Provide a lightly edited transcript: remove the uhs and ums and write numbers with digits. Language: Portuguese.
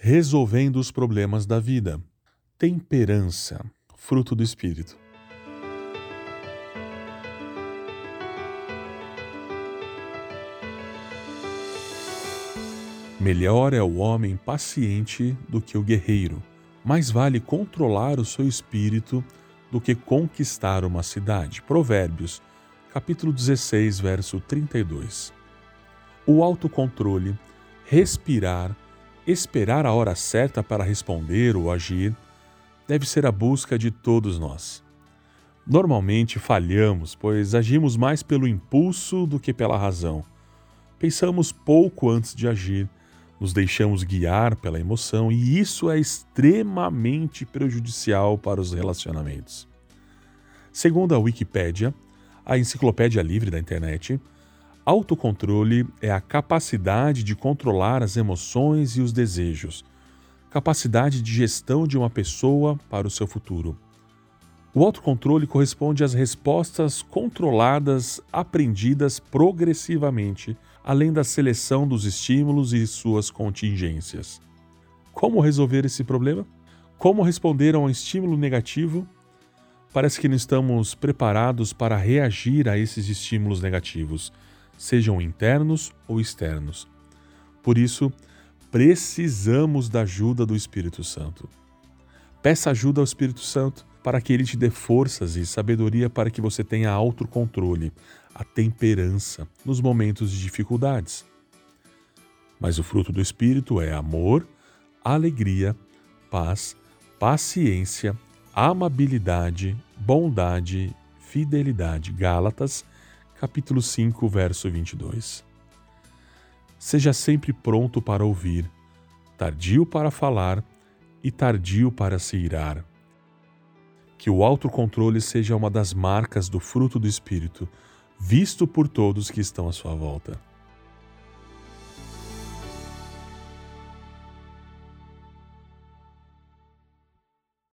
resolvendo os problemas da vida. Temperança, fruto do Espírito. Melhor é o homem paciente do que o guerreiro. Mais vale controlar o seu espírito do que conquistar uma cidade. Provérbios, capítulo 16, verso 32. O autocontrole, respirar, esperar a hora certa para responder ou agir, deve ser a busca de todos nós. Normalmente falhamos, pois agimos mais pelo impulso do que pela razão. Pensamos pouco antes de agir, nos deixamos guiar pela emoção e isso é extremamente prejudicial para os relacionamentos. Segundo a Wikipédia, a enciclopédia livre da internet, autocontrole é a capacidade de controlar as emoções e os desejos, capacidade de gestão de uma pessoa para o seu futuro. O autocontrole corresponde às respostas controladas, aprendidas progressivamente, além da seleção dos estímulos e suas contingências. Como resolver esse problema? Como responder a um estímulo negativo? Parece que não estamos preparados para reagir a esses estímulos negativos, sejam internos ou externos. Por isso, precisamos da ajuda do Espírito Santo. Peça ajuda ao Espírito Santo para que ele te dê forças e sabedoria para que você tenha autocontrole, a temperança nos momentos de dificuldades. Mas o fruto do Espírito é amor, alegria, paz, paciência, amabilidade, bondade, fidelidade. Gálatas, capítulo 5, verso 22. Seja sempre pronto para ouvir, tardio para falar e tardio para se irar. Que o autocontrole seja uma das marcas do fruto do Espírito, visto por todos que estão à sua volta.